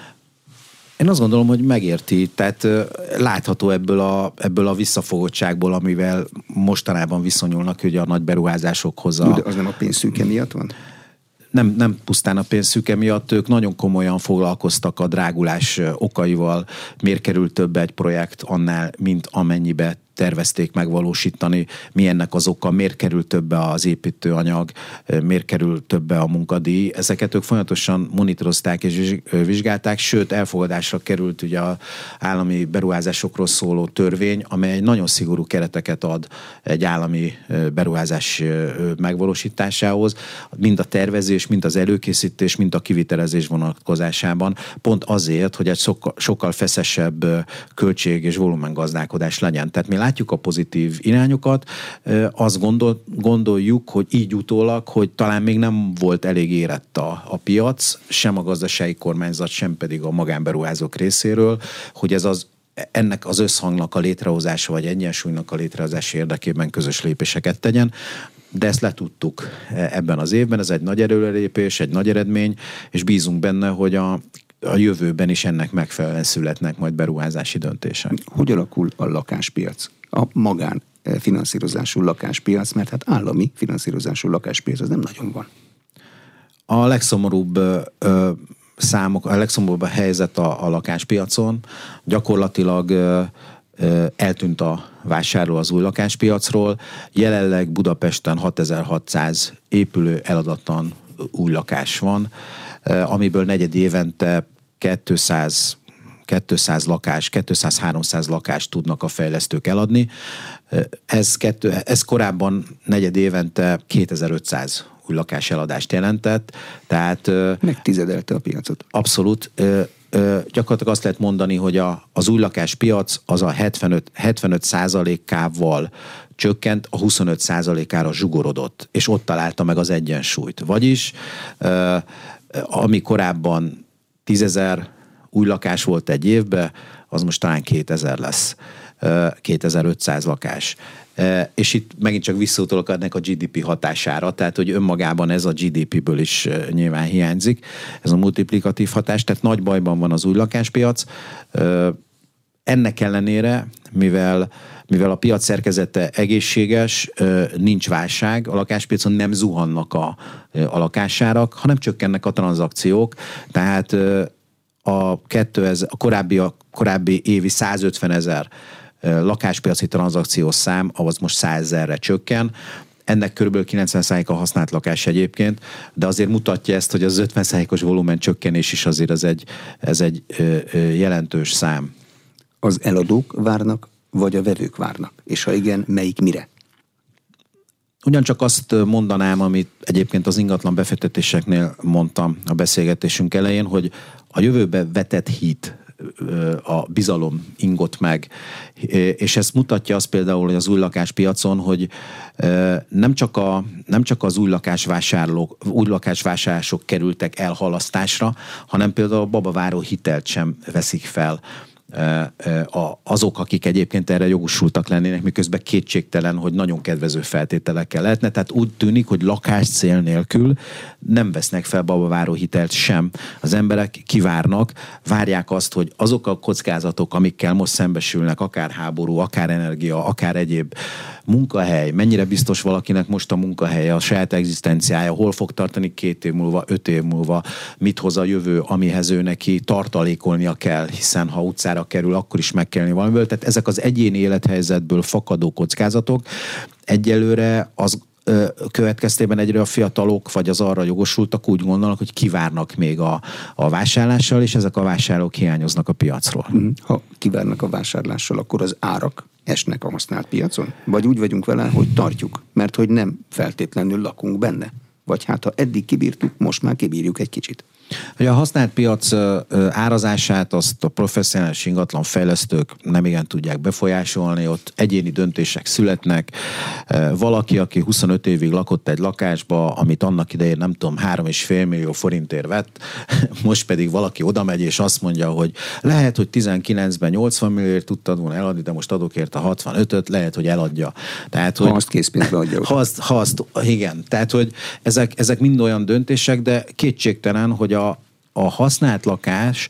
Speaker 3: Én azt gondolom, hogy megérti, tehát látható ebből a visszafogottságból, amivel mostanában viszonyulnak ugye a nagy beruházásokhoz.
Speaker 1: De az nem a pénzszűke miatt van?
Speaker 3: Nem pusztán a pénzszűke miatt, ők nagyon komolyan foglalkoztak a drágulás okaival, miért kerül több egy projekt annál, mint amennyibe tervezték megvalósítani, mi ennek az oka, miért kerül többe az építőanyag, miért kerül többe a munkadíj. Ezeket ők folyamatosan monitorozták és vizsgálták, sőt elfogadásra került ugye az állami beruházásokról szóló törvény, amely nagyon szigorú kereteket ad egy állami beruházás megvalósításához, mind a tervezés, mind az előkészítés, mind a kivitelezés vonatkozásában, pont azért, hogy egy sokkal feszesebb költség és volumengazdálkodás legyen. Tehát mi látjuk a pozitív irányokat, azt gondoljuk, hogy így utólag, hogy talán még nem volt elég érett a piac, sem a gazdasági kormányzat, sem pedig a magánberuházók részéről, hogy ennek az összhangnak a létrehozása, vagy egyensúlynak a létrehozása érdekében közös lépéseket tegyen. De ezt letudtuk ebben az évben, ez egy nagy előrelépés, egy nagy eredmény, és bízunk benne, hogy a jövőben is ennek megfelelően születnek majd beruházási döntések.
Speaker 1: Hogy alakul a lakáspiac? A magán finanszírozású lakáspiac, mert hát állami finanszírozású lakáspiac az nem nagyon van.
Speaker 3: A legszomorúbb a legszomorúbb a helyzet a lakáspiacon. Gyakorlatilag eltűnt a vásárló az új lakáspiacról. Jelenleg Budapesten 6600 épülő eladatlan új lakás van, amiből negyed évente 200-300 lakást tudnak a fejlesztők eladni. Ez korábban negyed évente 2500 új lakás eladást jelentett. Tehát
Speaker 1: megtizedelte a piacot.
Speaker 3: Abszolút. Gyakorlatilag azt lehet mondani, hogy az új lakáspiac az a 75%-ával csökkent, a 25%-ára zsugorodott, és ott találta meg az egyensúlyt. Vagyis, ami korábban 10 000 új lakás volt egy évben, az most talán 2000 lesz.
Speaker 2: 2500 lakás. És itt megint csak visszautalok ennek a GDP hatására, tehát hogy önmagában ez a GDP-ből is nyilván hiányzik, ez a multiplikatív hatás, tehát nagy bajban van az új lakáspiac. Ennek ellenére, mivel a piac szerkezete egészséges, nincs válság, a lakáspiacon nem zuhannak a lakásárak, hanem csökkennek a tranzakciók, tehát a korábbi évi 150 000 lakáspiaci tranzakciós szám, az most 100 000-re csökken. Ennek körülbelül 90%-a használt lakás egyébként, de azért mutatja ezt, hogy az 50%-os volumen csökkenés is azért ez egy jelentős szám.
Speaker 1: Az eladók várnak, vagy a vevők várnak? És ha igen, melyik mire?
Speaker 2: Ugyancsak azt mondanám, amit egyébként az ingatlan befektetéseknél mondtam a beszélgetésünk elején, hogy a jövőbe vetett hit, a bizalom ingott meg. És ezt mutatja az például, hogy az új lakáspiacon, hogy nem csak az új lakásvásárlások kerültek elhalasztásra, hanem például a babaváró hitelt sem veszik fel azok, akik egyébként erre jogosultak lennének, miközben kétségtelen, hogy nagyon kedvező feltételekkel lehetne. Tehát úgy tűnik, hogy lakáscél nélkül nem vesznek fel babaváró hitelt sem. Az emberek kivárnak, várják azt, hogy azok a kockázatok, amikkel most szembesülnek, akár háború, akár energia, akár egyéb munkahely, mennyire biztos valakinek most a munkahelye, a saját egzisztenciája, hol fog tartani 2 év múlva, 5 év múlva, mit hoz a jövő, amihez ő neki tartalékolnia kell, hiszen ha utcára kerül, akkor is meg kell valamiből. Tehát ezek az egyéni élethelyzetből fakadó kockázatok egyelőre az következtében egyre a fiatalok, vagy az arra jogosultak úgy gondolnak, hogy kivárnak még a vásárlással, és ezek a vásárlók hiányoznak a piacról.
Speaker 1: Ha kivárnak a vásárlással, akkor az árak esnek a használt piacon? Vagy úgy vagyunk vele, hogy tartjuk, mert hogy nem feltétlenül lakunk benne? Vagy hát ha eddig kibírtuk, most már kibírjuk egy kicsit?
Speaker 2: A használt piac árazását azt a professzionális ingatlan fejlesztők nem igen tudják befolyásolni, ott egyéni döntések születnek. Valaki, aki 25 évig lakott egy lakásba, amit annak idején nem tudom, 3,5 millió forintért vett, most pedig valaki oda megy és azt mondja, hogy lehet, hogy 19-ben 80 millióért tudtad volna eladni, de most adok érte 65-öt, lehet, hogy eladja. Tehát, hogy,
Speaker 1: ha azt készpénzbe adja.
Speaker 2: Igen. Tehát, hogy ezek mind olyan döntések, de kétségtelen, hogy a használt lakás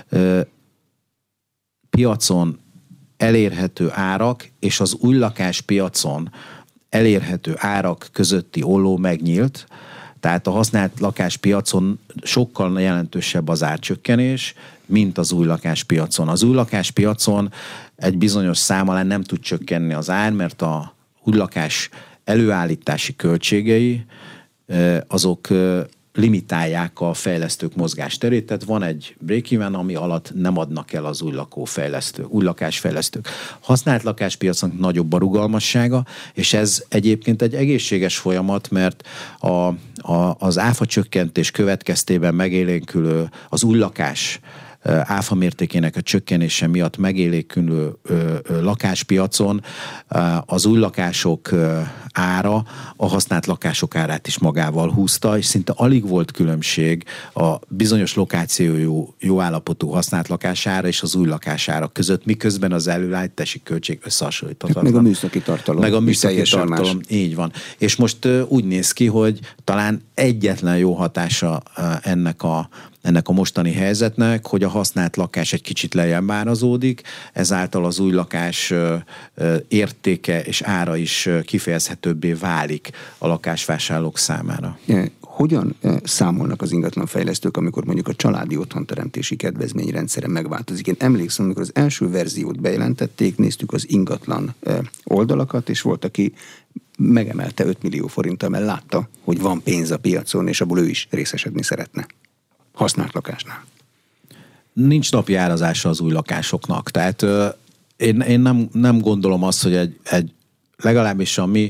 Speaker 2: piacon elérhető árak és az új lakás piacon elérhető árak közötti olló megnyílt, tehát a használt lakáspiacon sokkal jelentősebb az árcsökkenés, mint az új lakáspiacon. Az új lakáspiacon egy bizonyos szám alá nem tud csökkenni az ár, mert a új lakás előállítási költségei azok limitálják a fejlesztők mozgásterét, tehát van egy break-even, ami alatt nem adnak el az új lakásfejlesztők. Használt lakáspiacon nagyobb a rugalmassága, és ez egyébként egy egészséges folyamat, mert az áfa csökkentés következtében megélénkülő az új lakás áfa mértékének a csökkenése miatt megélénkülő lakáspiacon az új lakások ára a használt lakások árát is magával húzta, és szinte alig volt különbség a bizonyos lokációjú, jó állapotú használt lakására és az új lakására között, miközben az előállítási költség összehasonlíthatatlan.
Speaker 1: Meg a műszaki tartalom.
Speaker 2: Meg a műszaki tartalom, így van. És most úgy néz ki, hogy talán egyetlen jó hatása ennek a mostani helyzetnek, hogy a használt lakás egy kicsit lejjebb árazódik, ezáltal az új lakás értéke és ára is kifejezhetőbbé válik a lakásvásárlók számára.
Speaker 1: Hogyan számolnak az ingatlanfejlesztők, amikor mondjuk a családi otthonteremtési kedvezményrendszere megváltozik? Én emlékszem, amikor az első verziót bejelentették, néztük az ingatlan oldalakat, és volt, aki megemelte 5 millió forinttal, mert látta, hogy van pénz a piacon, és abból ő is részesedni szeretne. Használt lakásnál.
Speaker 2: Nincs napi árazása az új lakásoknak. Tehát én nem gondolom azt, hogy egy legalábbis a mi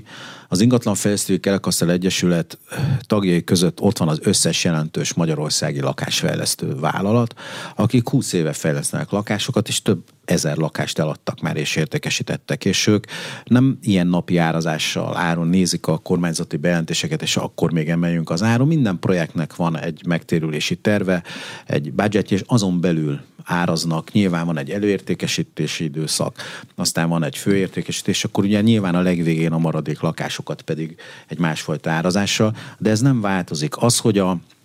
Speaker 3: Az Ingatlanfejlesztői Kerekasztal Egyesület tagjai között ott van az összes jelentős magyarországi lakásfejlesztő vállalat, akik 20 éve fejlesztenek lakásokat, és több ezer lakást eladtak már és értékesítettek, és ők nem ilyen napi árazással áron nézik a kormányzati bejelentéseket, és akkor még emeljünk az áron. Minden projektnek van egy megtérülési terve, egy budgetje, és azon belül áraznak. Nyilván van egy előértékesítési időszak, aztán van egy főértékesítés, akkor ugye nyilván a legvégén a maradék lakásokat pedig egy másfajta árazással, de ez nem változik. Az, hogy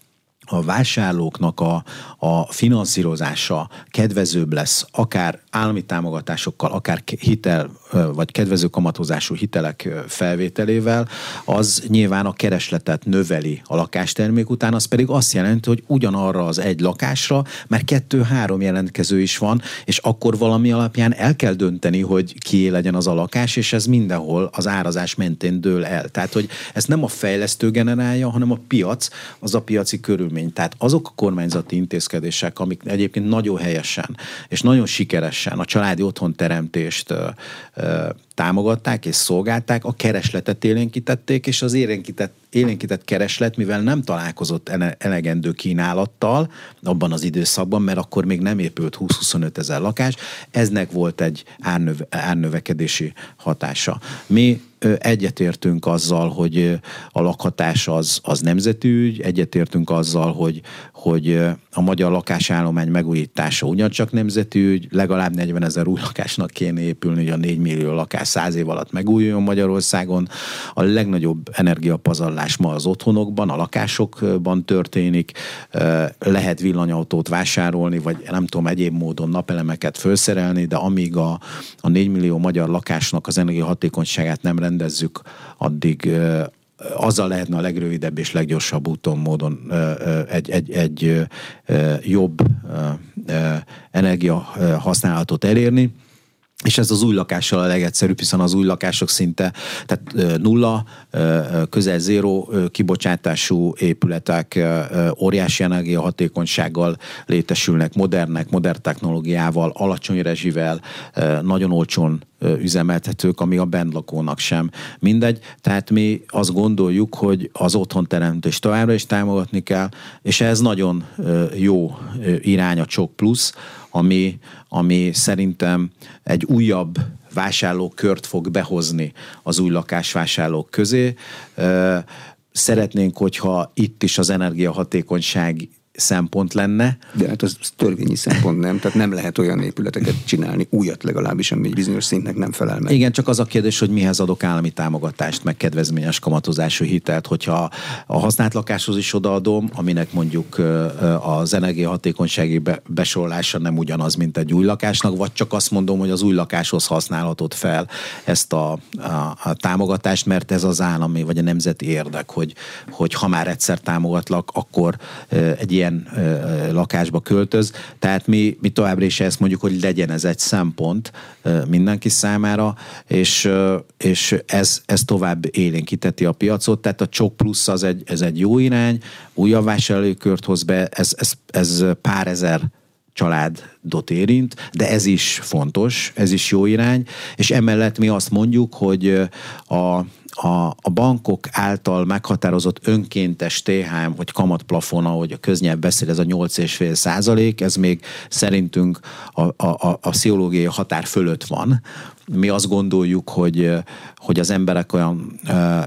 Speaker 3: a vásárlóknak a finanszírozása kedvezőbb lesz, akár állami támogatásokkal, akár hitel vagy kedvező kamatozású hitelek felvételével, az nyilván a keresletet növeli a lakástermék után, az pedig azt jelenti, hogy ugyanarra az egy lakásra már 2-3 jelentkező is van, és akkor valami alapján el kell dönteni, hogy kié legyen az a lakás, és ez mindenhol az árazás mentén dől el. Tehát, hogy ezt nem a fejlesztő generálja, hanem a piac, az a piaci körülmény. Tehát azok a kormányzati intézkedések, amik egyébként nagyon helyesen és nagyon sikeresen a családi otthonteremtést támogatták és szolgálták, a keresletet élénkítették, és az élénkített kereslet, mivel nem találkozott elegendő kínálattal abban az időszakban, mert akkor még nem épült 20-25 ezer lakás, eznek volt egy árnövekedési hatása. Mi egyetértünk azzal, hogy a lakhatás az nemzeti ügy, egyetértünk azzal, hogy a magyar lakásállomány megújítása ugyancsak nemzeti ügy, legalább 40 ezer új lakásnak kéne épülni, hogy a 4 millió lakás 100 év alatt megújuljon Magyarországon. A legnagyobb energiapazarlás ma az otthonokban, a lakásokban történik, lehet villanyautót vásárolni, vagy nem tudom, egyéb módon napelemeket felszerelni, de amíg a 4 millió magyar lakásnak az energiahatékonyságát nem rendezzük, addig azzal lehetne a legrövidebb és leggyorsabb úton, módon egy jobb energiahasználatot elérni. És ez az új lakással a legegyszerűbb, hiszen az új lakások szinte, tehát nulla, közel zéró kibocsátású épületek óriási energiahatékonysággal létesülnek, modern technológiával, alacsony rezsivel, nagyon olcsón üzemeltetők, ami a bennlakónak sem mindegy. Tehát mi azt gondoljuk, hogy az otthonteremtést továbbra is támogatni kell, és ez nagyon jó irány a Csok Plusz, ami szerintem egy újabb vásárlókört fog behozni az új lakásvásárlók közé. Szeretnénk, hogyha itt is az energiahatékonyság szempont lenne.
Speaker 1: De hát az törvényi szempont nem, tehát nem lehet olyan épületeket csinálni, újat legalábbis, ami egy bizonyos szintnek nem felel meg.
Speaker 3: Igen, csak az a kérdés, hogy mihez adok állami támogatást, meg kedvezményes kamatozású hitelt, hogyha a használt lakáshoz is odaadom, aminek mondjuk az energiahatékonysági besorolása nem ugyanaz, mint egy új lakásnak, vagy csak azt mondom, hogy az új lakáshoz használhatod fel ezt a támogatást, mert ez az állami vagy a nemzeti érdek, hogy ha már egyszer támogatlak, akkor egy ilyen lakásba költöz. Tehát mi továbbra is ezt mondjuk, hogy legyen ez egy szempont mindenki számára, és ez tovább élénkíteti a piacot. Tehát a Csok Plusz ez egy jó irány, újabb vásárlókört hoz be, ez pár ezer családot érint, de ez is fontos, ez is jó irány, és emellett mi azt mondjuk, hogy a bankok által meghatározott önkéntes THM, vagy kamatplafon, ahogy a köznyelv beszél, ez a 8,5%, ez még szerintünk a pszichológiai határ fölött van. Mi azt gondoljuk, hogy az emberek olyan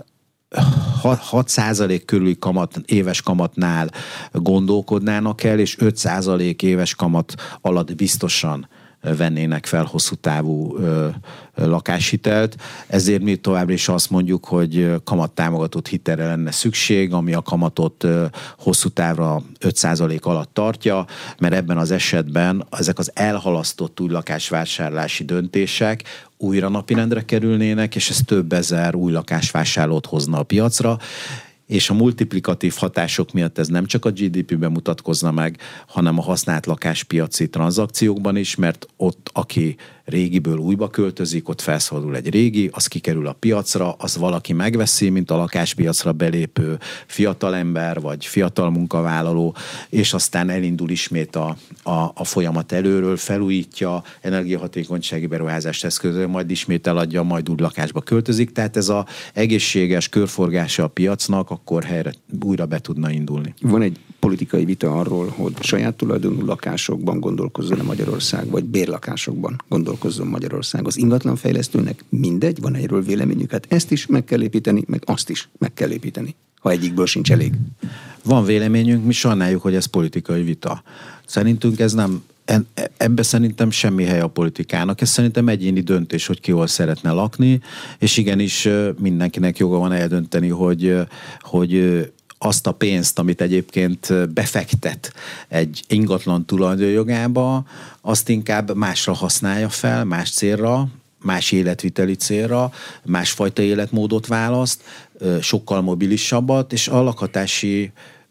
Speaker 3: 6% körüli éves kamatnál gondolkodnának el, és 5% éves kamat alatt biztosan vennének fel hosszú távú lakáshitelt. Ezért mi továbbra is azt mondjuk, hogy kamattámogatott hitelre lenne szükség, ami a kamatot hosszú távra 5% alatt tartja, mert ebben az esetben ezek az elhalasztott új lakásvásárlási döntések újra napirendre kerülnének, és ez több ezer új lakásvásárlót hozna a piacra, és a multiplikatív hatások miatt ez nem csak a GDP-ben mutatkozna meg, hanem a használt lakáspiaci tranzakciókban is, mert ott, aki régiből újba költözik, ott felszabadul egy régi, az kikerül a piacra, az valaki megveszi, mint a lakáspiacra belépő fiatalember, vagy fiatal munkavállaló, és aztán elindul ismét a folyamat előről, felújítja, energiahatékonysági beruházást eszközöl, majd ismét eladja, majd úgy lakásba költözik, tehát ez az egészséges körforgása a piacnak, akkor helyre újra be tudna indulni.
Speaker 1: Van egy politikai vita arról, hogy saját tulajdonú lakásokban gondolkozzon a Magyarország, vagy bérlakásokban gondolkozzon Magyarország. Az ingatlanfejlesztőnek mindegy, van erről véleményük, hát ezt is meg kell építeni, meg azt is meg kell építeni, ha egyikből sincs elég.
Speaker 3: Van véleményünk, mi sajnáljuk, hogy ez politikai vita. Szerintünk ez nem, ebbe szerintem semmi hely a politikának, ez szerintem egyéni döntés, hogy ki hol szeretne lakni, és igenis mindenkinek joga van eldönteni, hogy azt a pénzt, amit egyébként befektet egy ingatlan tulajdonjogába, azt inkább másra használja fel, más célra, más életviteli célra, másfajta életmódot választ, sokkal mobilisabbat, és a lakhatási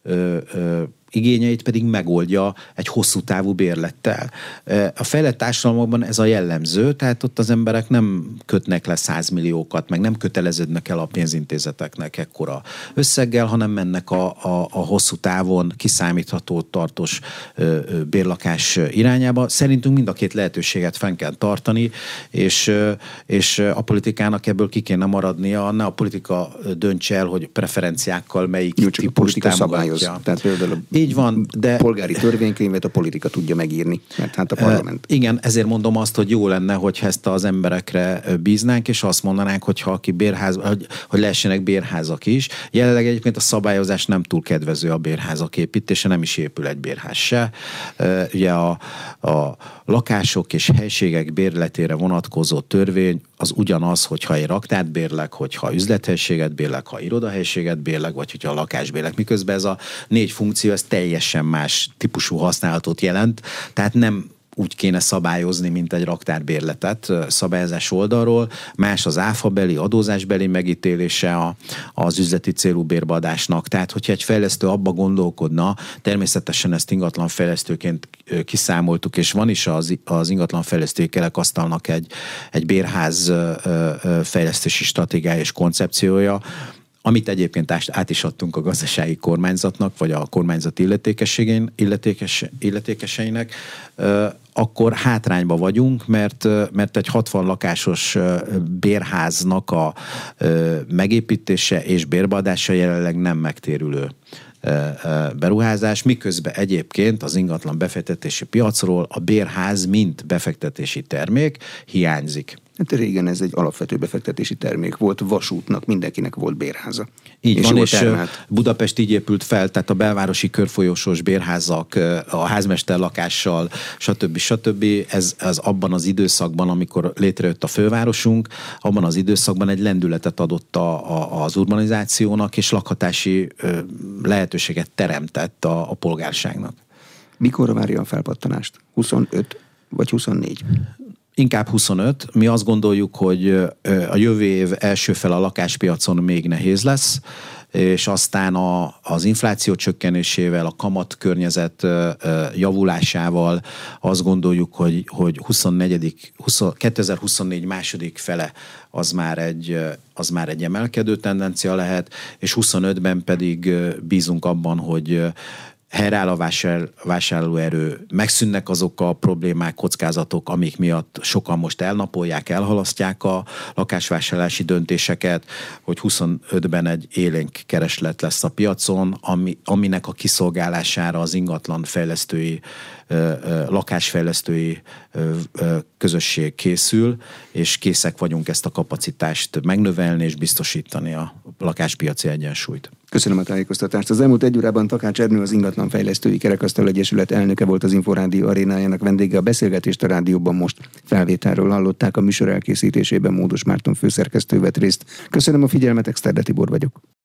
Speaker 3: igényeit pedig megoldja egy hosszú távú bérlettel. A fejlett társadalmakban ez a jellemző, tehát ott az emberek nem kötnek le 100 milliókat, meg nem köteleződnek el a pénzintézeteknek ekkora összeggel, hanem mennek a hosszú távon kiszámítható tartós bérlakás irányába. Szerintünk mind a két lehetőséget fenn kell tartani, és a politikának ebből ki kéne maradnia, ne a politika döntse el, hogy preferenciákkal melyik típus támogatja.
Speaker 1: Tehát például
Speaker 3: így van, de...
Speaker 1: polgári törvénykönyvet a politika tudja megírni, mert hát a parlament.
Speaker 3: Igen, ezért mondom azt, hogy jó lenne, hogyha ezt az emberekre bíznánk, és azt mondanánk, hogyha aki bérház, hogy lehessenek bérházak is. Jelenleg egyébként a szabályozás nem túl kedvező a bérházak építése, nem is épül egy bérház se. Ugye a lakások és helységek bérletére vonatkozó törvény az ugyanaz, hogyha egy raktárt bérlek, hogyha üzlethelységet bérlek, ha irodahelységet bérlek, vagy hogyha a lakásbérlek. Miközben ez a 4 funkció, ez teljesen más típusú használatot jelent, tehát nem úgy kéne szabályozni, mint egy raktárbérletet szabályozás oldalról. Más az áfabeli, adózásbeli megítélése az üzleti célú bérbeadásnak. Tehát, hogyha egy fejlesztő abba gondolkodna, természetesen ezt ingatlanfejlesztőként kiszámoltuk, és van is az ingatlanfejlesztői kerekasztalnak egy bérház fejlesztési stratégiája és koncepciója, amit egyébként át is adtunk a gazdasági kormányzatnak, vagy a kormányzat illetékeseinek, akkor hátrányba vagyunk, mert egy 60 lakásos bérháznak a megépítése és bérbeadása jelenleg nem megtérülő beruházás, miközben egyébként az ingatlan befektetési piacról a bérház mint befektetési termék hiányzik.
Speaker 1: Hát régen ez egy alapvető befektetési termék volt, vasútnak, mindenkinek volt bérháza.
Speaker 3: Így van, és Budapest így épült fel, tehát a belvárosi körfolyósós bérházak, a házmester lakással, stb. Ez abban az időszakban, amikor létrejött a fővárosunk, abban az időszakban egy lendületet adott az urbanizációnak, és lakhatási lehetőséget teremtett a polgárságnak.
Speaker 1: Mikorra várja a felpattanást? 25 vagy 24?
Speaker 3: Inkább 25. Mi azt gondoljuk, hogy a jövő év első fel a lakáspiacon még nehéz lesz, és aztán az infláció csökkenésével, a kamat környezet javulásával azt gondoljuk, hogy 2024 második fele az már egy emelkedő tendencia lehet, és 25-ben pedig bízunk abban, hogy helyreáll a vásárlóerő, megszűnnek azok a problémák, kockázatok, amik miatt sokan most elnapolják, elhalasztják a lakásvásárlási döntéseket, hogy 25-ben egy élénk kereslet lesz a piacon, aminek a kiszolgálására az ingatlan fejlesztői, lakásfejlesztői közösség készül, és készek vagyunk ezt a kapacitást megnövelni és biztosítani a lakáspiaci egyensúlyt.
Speaker 1: Köszönöm a tájékoztatást. Az elmúlt egy órában Takács Ernő, az Ingatlanfejlesztői Kerekasztal Egyesület elnöke volt az Inforádió arénájának vendége. A beszélgetést a rádióban most felvételről hallották, a műsor elkészítésében Módos Márton főszerkesztő vett részt. Köszönöm a figyelmet, Exterde Tibor vagyok.